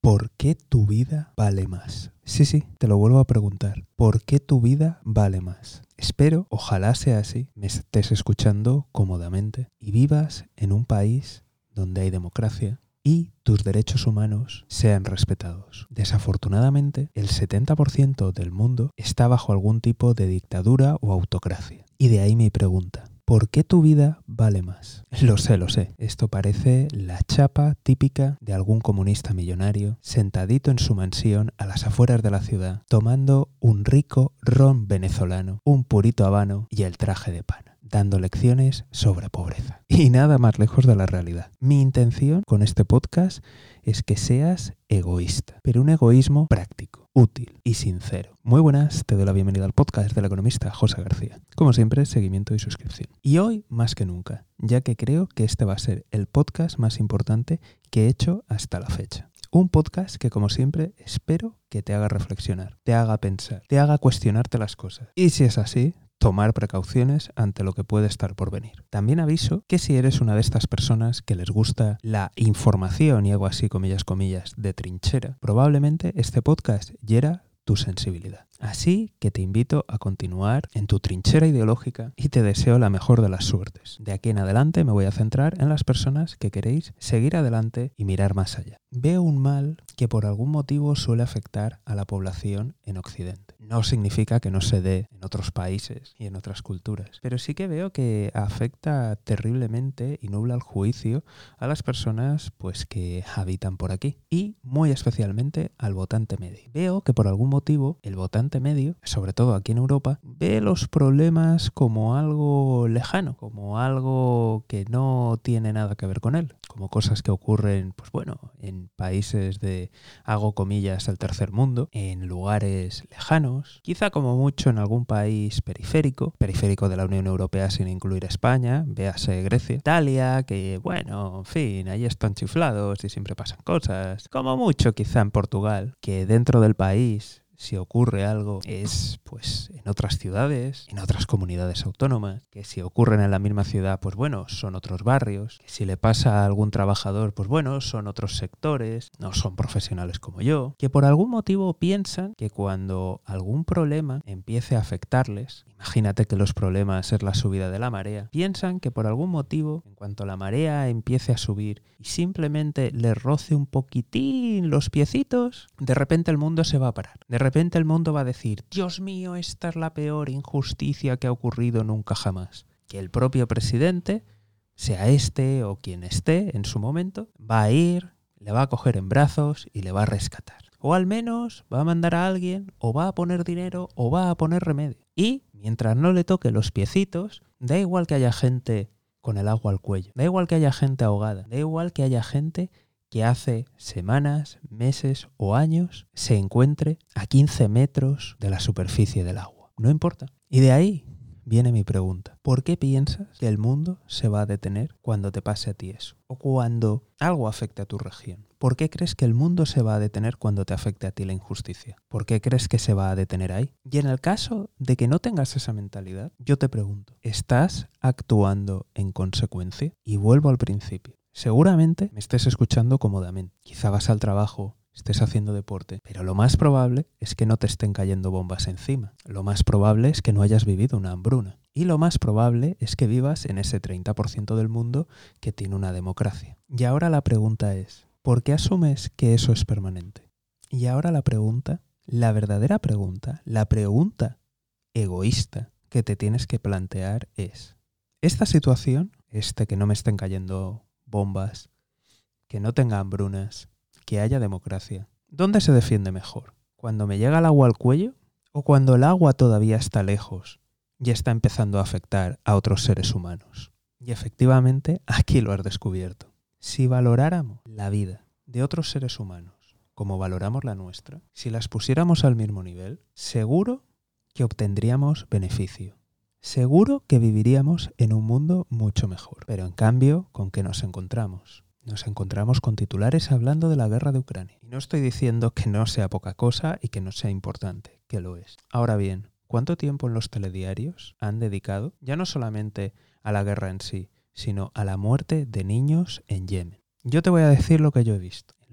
¿Por qué tu vida vale más? Sí, te lo vuelvo a preguntar. ¿Por qué tu vida vale más? Espero, ojalá sea así, me estés escuchando cómodamente y vivas en un país donde hay democracia y tus derechos humanos sean respetados. Desafortunadamente, el 70% del mundo está bajo algún tipo de dictadura o autocracia. Y de ahí mi pregunta. ¿Por qué tu vida vale más? Lo sé. Esto parece la chapa típica de algún comunista millonario sentadito en su mansión a las afueras de la ciudad, tomando un rico ron venezolano, un purito habano y el traje de pana, dando lecciones sobre pobreza. Y nada más lejos de la realidad. Mi intención con este podcast es que seas egoísta, pero un egoísmo práctico, útil y sincero. Muy buenas, te doy la bienvenida al podcast del economista José García. Como siempre, seguimiento y suscripción. Y hoy más que nunca, ya que creo que este va a ser el podcast más importante que he hecho hasta la fecha. Un podcast que, como siempre, espero que te haga reflexionar, te haga pensar, te haga cuestionarte las cosas. Y si es así, tomar precauciones ante lo que puede estar por venir. También aviso que si eres una de estas personas que les gusta la información, y hago así comillas, de trinchera, probablemente este podcast hiera tu sensibilidad. Así que te invito a continuar en tu trinchera ideológica y te deseo la mejor de las suertes. De aquí en adelante me voy a centrar en las personas que queréis seguir adelante y mirar más allá. Veo un mal que por algún motivo suele afectar a la población en Occidente. No significa que no se dé en otros países y en otras culturas, pero sí que veo que afecta terriblemente y nubla el juicio a las personas pues que habitan por aquí y muy especialmente al votante medio. Veo que por algún motivo el votante medio, sobre todo aquí en Europa, ve los problemas como algo lejano, como algo que no tiene nada que ver con él, como cosas que ocurren, pues bueno, en países de, hago comillas, el tercer mundo, en lugares lejanos, quizá como mucho en algún país periférico de la Unión Europea sin incluir España, véase Grecia, Italia, que bueno, en fin, ahí están chiflados y siempre pasan cosas, como mucho quizá en Portugal, que dentro del país, si ocurre algo, es pues en otras ciudades, en otras comunidades autónomas, que si ocurren en la misma ciudad, pues bueno, son otros barrios, que si le pasa a algún trabajador, pues bueno, son otros sectores, no son profesionales como yo, que por algún motivo piensan que cuando algún problema empiece a afectarles, imagínate que los problemas es la subida de la marea, piensan que por algún motivo, en cuanto la marea empiece a subir y simplemente les roce un poquitín los piecitos, de repente el mundo se va a parar. De repente el mundo va a decir, Dios mío, esta es la peor injusticia que ha ocurrido nunca jamás. Que el propio presidente, sea este o quien esté en su momento, va a ir, le va a coger en brazos y le va a rescatar. O al menos va a mandar a alguien, o va a poner dinero, o va a poner remedio. Y mientras no le toque los piecitos, da igual que haya gente con el agua al cuello, da igual que haya gente ahogada, da igual que haya gente que hace semanas, meses o años se encuentre a 15 metros de la superficie del agua. No importa. Y de ahí viene mi pregunta. ¿Por qué piensas que el mundo se va a detener cuando te pase a ti eso? O cuando algo afecte a tu región. ¿Por qué crees que el mundo se va a detener cuando te afecte a ti la injusticia? ¿Por qué crees que se va a detener ahí? Y en el caso de que no tengas esa mentalidad, yo te pregunto, ¿estás actuando en consecuencia? Y vuelvo al principio. Seguramente me estés escuchando cómodamente. Quizá vas al trabajo, estés haciendo deporte, pero lo más probable es que no te estén cayendo bombas encima. Lo más probable es que no hayas vivido una hambruna. Y lo más probable es que vivas en ese 30% del mundo que tiene una democracia. Y ahora la pregunta es, ¿por qué asumes que eso es permanente? Y ahora la pregunta, la verdadera pregunta, la pregunta egoísta que te tienes que plantear es, ¿esta situación, que no me estén cayendo bombas, que no tenga hambrunas, que haya democracia, ¿dónde se defiende mejor? ¿Cuando me llega el agua al cuello? ¿O cuando el agua todavía está lejos y está empezando a afectar a otros seres humanos? Y efectivamente, aquí lo has descubierto. Si valoráramos la vida de otros seres humanos como valoramos la nuestra, si las pusiéramos al mismo nivel, seguro que obtendríamos beneficio. Seguro que viviríamos en un mundo mucho mejor. Pero en cambio, ¿con qué nos encontramos? Nos encontramos con titulares hablando de la guerra de Ucrania. Y no estoy diciendo que no sea poca cosa y que no sea importante, que lo es. Ahora bien, ¿cuánto tiempo en los telediarios han dedicado ya no solamente a la guerra en sí, sino a la muerte de niños en Yemen? Yo te voy a decir lo que yo he visto. En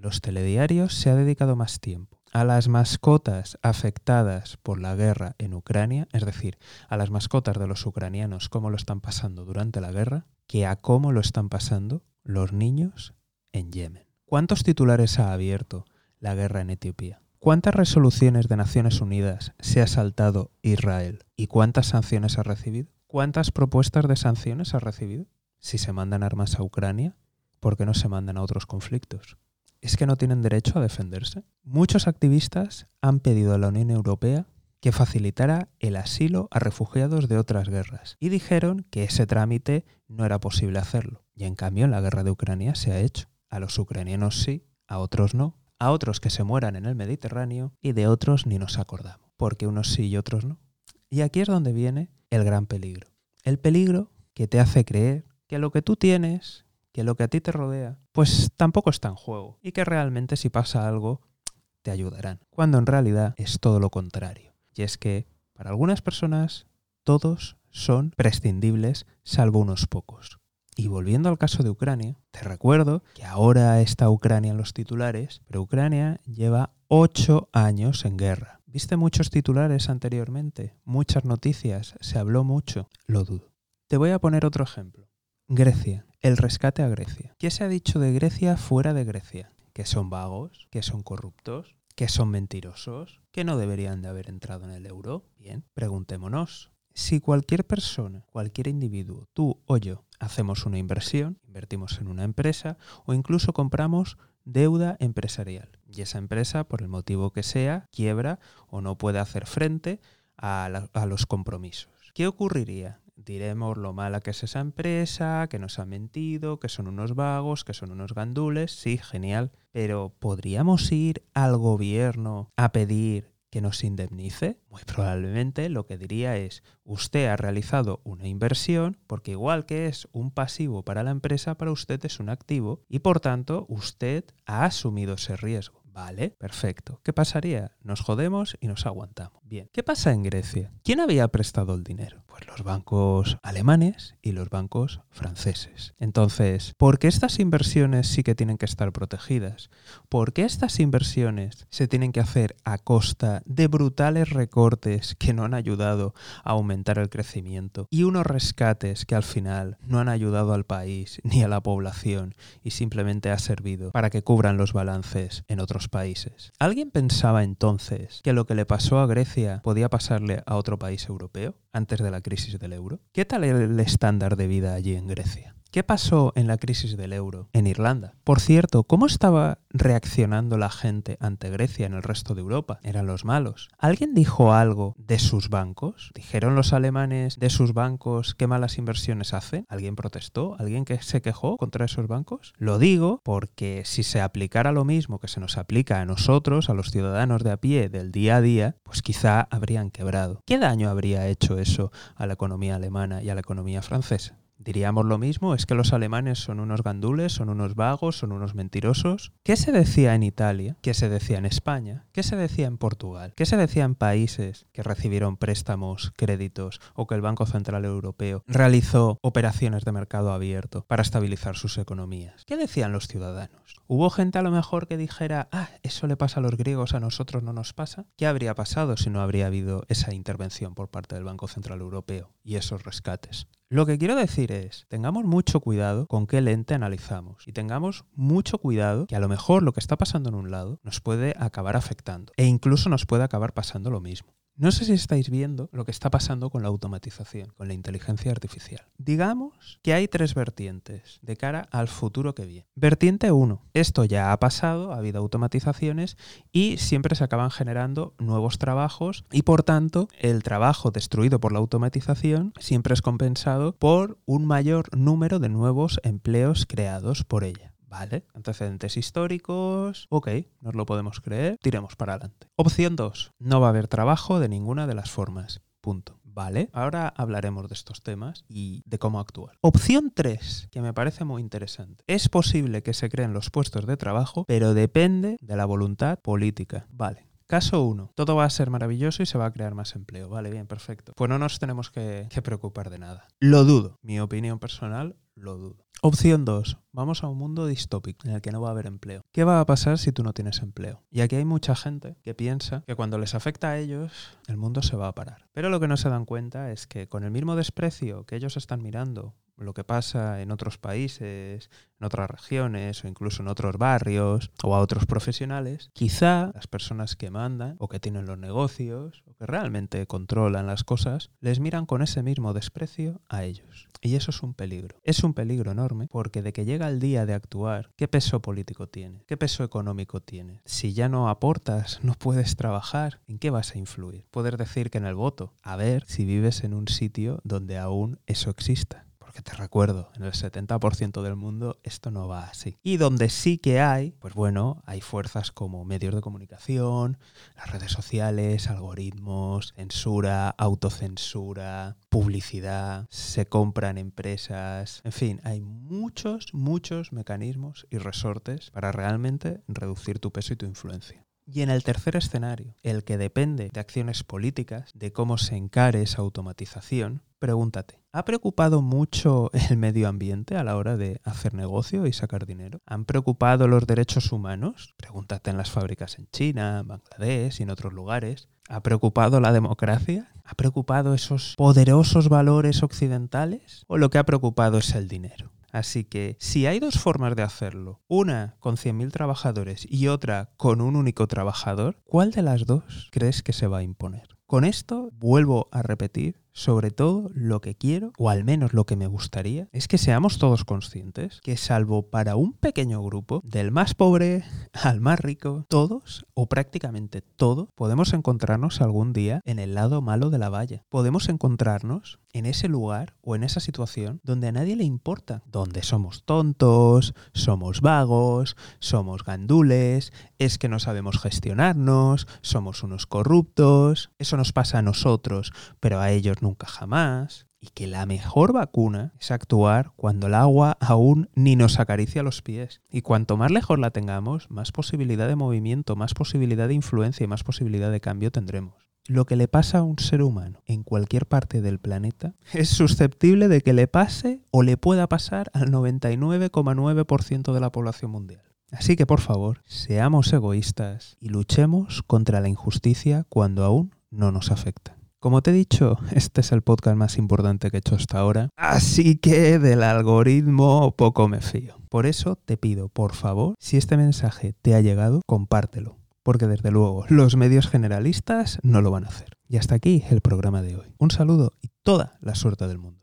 los telediarios se ha dedicado más tiempo a las mascotas afectadas por la guerra en Ucrania, es decir, a las mascotas de los ucranianos, cómo lo están pasando durante la guerra, que a cómo lo están pasando los niños en Yemen. ¿Cuántos titulares ha abierto la guerra en Etiopía? ¿Cuántas resoluciones de Naciones Unidas se ha saltado Israel? ¿Y cuántas sanciones ha recibido? ¿Cuántas propuestas de sanciones ha recibido? Si se mandan armas a Ucrania, ¿por qué no se mandan a otros conflictos? ¿Es que no tienen derecho a defenderse? Muchos activistas han pedido a la Unión Europea que facilitara el asilo a refugiados de otras guerras y dijeron que ese trámite no era posible hacerlo. Y en cambio en la guerra de Ucrania se ha hecho. A los ucranianos sí, a otros no. A otros que se mueran en el Mediterráneo y de otros ni nos acordamos, porque unos sí y otros no. Y aquí es donde viene el gran peligro. El peligro que te hace creer que lo que tú tienes, que lo que a ti te rodea, pues tampoco está en juego y que realmente si pasa algo te ayudarán, cuando en realidad es todo lo contrario. Y es que para algunas personas todos son prescindibles salvo unos pocos. Y volviendo al caso de Ucrania, te recuerdo que ahora está Ucrania en los titulares, pero Ucrania lleva 8 años en guerra. ¿Viste muchos titulares anteriormente? Muchas noticias, se habló mucho. Lo dudo. Te voy a poner otro ejemplo. Grecia, el rescate a Grecia. ¿Qué se ha dicho de Grecia fuera de Grecia? Que son vagos, que son corruptos, que son mentirosos, que no deberían de haber entrado en el euro. Bien, preguntémonos. Si cualquier persona, cualquier individuo, tú o yo, hacemos una inversión, invertimos en una empresa o incluso compramos deuda empresarial y esa empresa, por el motivo que sea, quiebra o no puede hacer frente a los compromisos. ¿Qué ocurriría? Diremos lo mala que es esa empresa, que nos ha mentido, que son unos vagos, que son unos gandules. Sí, genial. Pero ¿podríamos ir al gobierno a pedir que nos indemnice? Muy probablemente lo que diría es: usted ha realizado una inversión, porque igual que es un pasivo para la empresa, para usted es un activo y por tanto usted ha asumido ese riesgo. Vale, perfecto. ¿Qué pasaría? Nos jodemos y nos aguantamos. Bien. ¿Qué pasa en Grecia? ¿Quién había prestado el dinero? Pues los bancos alemanes y los bancos franceses. Entonces, ¿por qué estas inversiones sí que tienen que estar protegidas? ¿Por qué estas inversiones se tienen que hacer a costa de brutales recortes que no han ayudado a aumentar el crecimiento y unos rescates que al final no han ayudado al país ni a la población y simplemente ha servido para que cubran los balances en otros países? ¿Alguien pensaba entonces que lo que le pasó a Grecia podía pasarle a otro país europeo antes de la crisis del euro? ¿Qué tal el estándar de vida allí en Grecia? ¿Qué pasó en la crisis del euro en Irlanda? Por cierto, ¿cómo estaba reaccionando la gente ante Grecia en el resto de Europa? Eran los malos. ¿Alguien dijo algo de sus bancos? ¿Dijeron los alemanes de sus bancos qué malas inversiones hacen? ¿Alguien protestó? ¿Alguien que se quejó contra esos bancos? Lo digo porque si se aplicara lo mismo que se nos aplica a nosotros, a los ciudadanos de a pie del día a día, pues quizá habrían quebrado. ¿Qué daño habría hecho eso a la economía alemana y a la economía francesa? ¿Diríamos lo mismo? ¿Es que los alemanes son unos gandules, son unos vagos, son unos mentirosos? ¿Qué se decía en Italia? ¿Qué se decía en España? ¿Qué se decía en Portugal? ¿Qué se decía en países que recibieron préstamos, créditos o que el Banco Central Europeo realizó operaciones de mercado abierto para estabilizar sus economías? ¿Qué decían los ciudadanos? ¿Hubo gente a lo mejor que dijera: eso le pasa a los griegos, a nosotros no nos pasa? ¿Qué habría pasado si no habría habido esa intervención por parte del Banco Central Europeo y esos rescates? Lo que quiero decir es, tengamos mucho cuidado con qué lente analizamos y tengamos mucho cuidado que a lo mejor lo que está pasando en un lado nos puede acabar afectando e incluso nos puede acabar pasando lo mismo. No sé si estáis viendo lo que está pasando con la automatización, con la inteligencia artificial. Digamos que hay 3 vertientes de cara al futuro que viene. Vertiente 1. Esto ya ha pasado, ha habido automatizaciones y siempre se acaban generando nuevos trabajos y por tanto el trabajo destruido por la automatización siempre es compensado por un mayor número de nuevos empleos creados por ella. Vale, antecedentes históricos, ok, nos lo podemos creer, tiremos para adelante. Opción 2, no va a haber trabajo de ninguna de las formas, punto. Vale, ahora hablaremos de estos temas y de cómo actuar. Opción 3, que me parece muy interesante. Es posible que se creen los puestos de trabajo, pero depende de la voluntad política. Vale. Caso 1. Todo va a ser maravilloso y se va a crear más empleo. Vale, bien, perfecto. Pues no nos tenemos que preocupar de nada. Lo dudo. Mi opinión personal, lo dudo. Opción 2. Vamos a un mundo distópico en el que no va a haber empleo. ¿Qué va a pasar si tú no tienes empleo? Y aquí hay mucha gente que piensa que cuando les afecta a ellos, el mundo se va a parar. Pero lo que no se dan cuenta es que con el mismo desprecio que ellos están mirando lo que pasa en otros países, en otras regiones o incluso en otros barrios o a otros profesionales, quizá las personas que mandan o que tienen los negocios o que realmente controlan las cosas, les miran con ese mismo desprecio a ellos. Y eso es un peligro. Es un peligro enorme porque de que llega el día de actuar, ¿qué peso político tiene? ¿Qué peso económico tiene? Si ya no aportas, no puedes trabajar, ¿en qué vas a influir? Puedes decir que en el voto. A ver si vives en un sitio donde aún eso exista. Porque te recuerdo, en el 70% del mundo esto no va así. Y donde sí que hay, pues bueno, hay fuerzas como medios de comunicación, las redes sociales, algoritmos, censura, autocensura, publicidad, se compran empresas, en fin, hay muchos mecanismos y resortes para realmente reducir tu peso y tu influencia. Y en el tercer escenario, el que depende de acciones políticas, de cómo se encare esa automatización, pregúntate, ¿ha preocupado mucho el medio ambiente a la hora de hacer negocio y sacar dinero? ¿Han preocupado los derechos humanos? Pregúntate en las fábricas en China, Bangladesh y en otros lugares. ¿Ha preocupado la democracia? ¿Ha preocupado esos poderosos valores occidentales? ¿O lo que ha preocupado es el dinero? Así que si hay dos formas de hacerlo, una con 100.000 trabajadores y otra con un único trabajador, ¿cuál de las dos crees que se va a imponer? Con esto vuelvo a repetir, sobre todo lo que quiero, o al menos lo que me gustaría, es que seamos todos conscientes que salvo para un pequeño grupo, del más pobre al más rico, todos o prácticamente todos podemos encontrarnos algún día en el lado malo de la valla. Podemos encontrarnos en ese lugar o en esa situación donde a nadie le importa, donde somos tontos, somos vagos, somos gandules, es que no sabemos gestionarnos, somos unos corruptos, eso nos pasa a nosotros, pero a ellos nunca jamás, y que la mejor vacuna es actuar cuando el agua aún ni nos acaricia los pies. Y cuanto más lejos la tengamos, más posibilidad de movimiento, más posibilidad de influencia y más posibilidad de cambio tendremos. Lo que le pasa a un ser humano en cualquier parte del planeta es susceptible de que le pase o le pueda pasar al 99,9% de la población mundial. Así que, por favor, seamos egoístas y luchemos contra la injusticia cuando aún no nos afecta. Como te he dicho, este es el podcast más importante que he hecho hasta ahora, así que del algoritmo poco me fío. Por eso te pido, por favor, si este mensaje te ha llegado, compártelo, porque desde luego los medios generalistas no lo van a hacer. Y hasta aquí el programa de hoy. Un saludo y toda la suerte del mundo.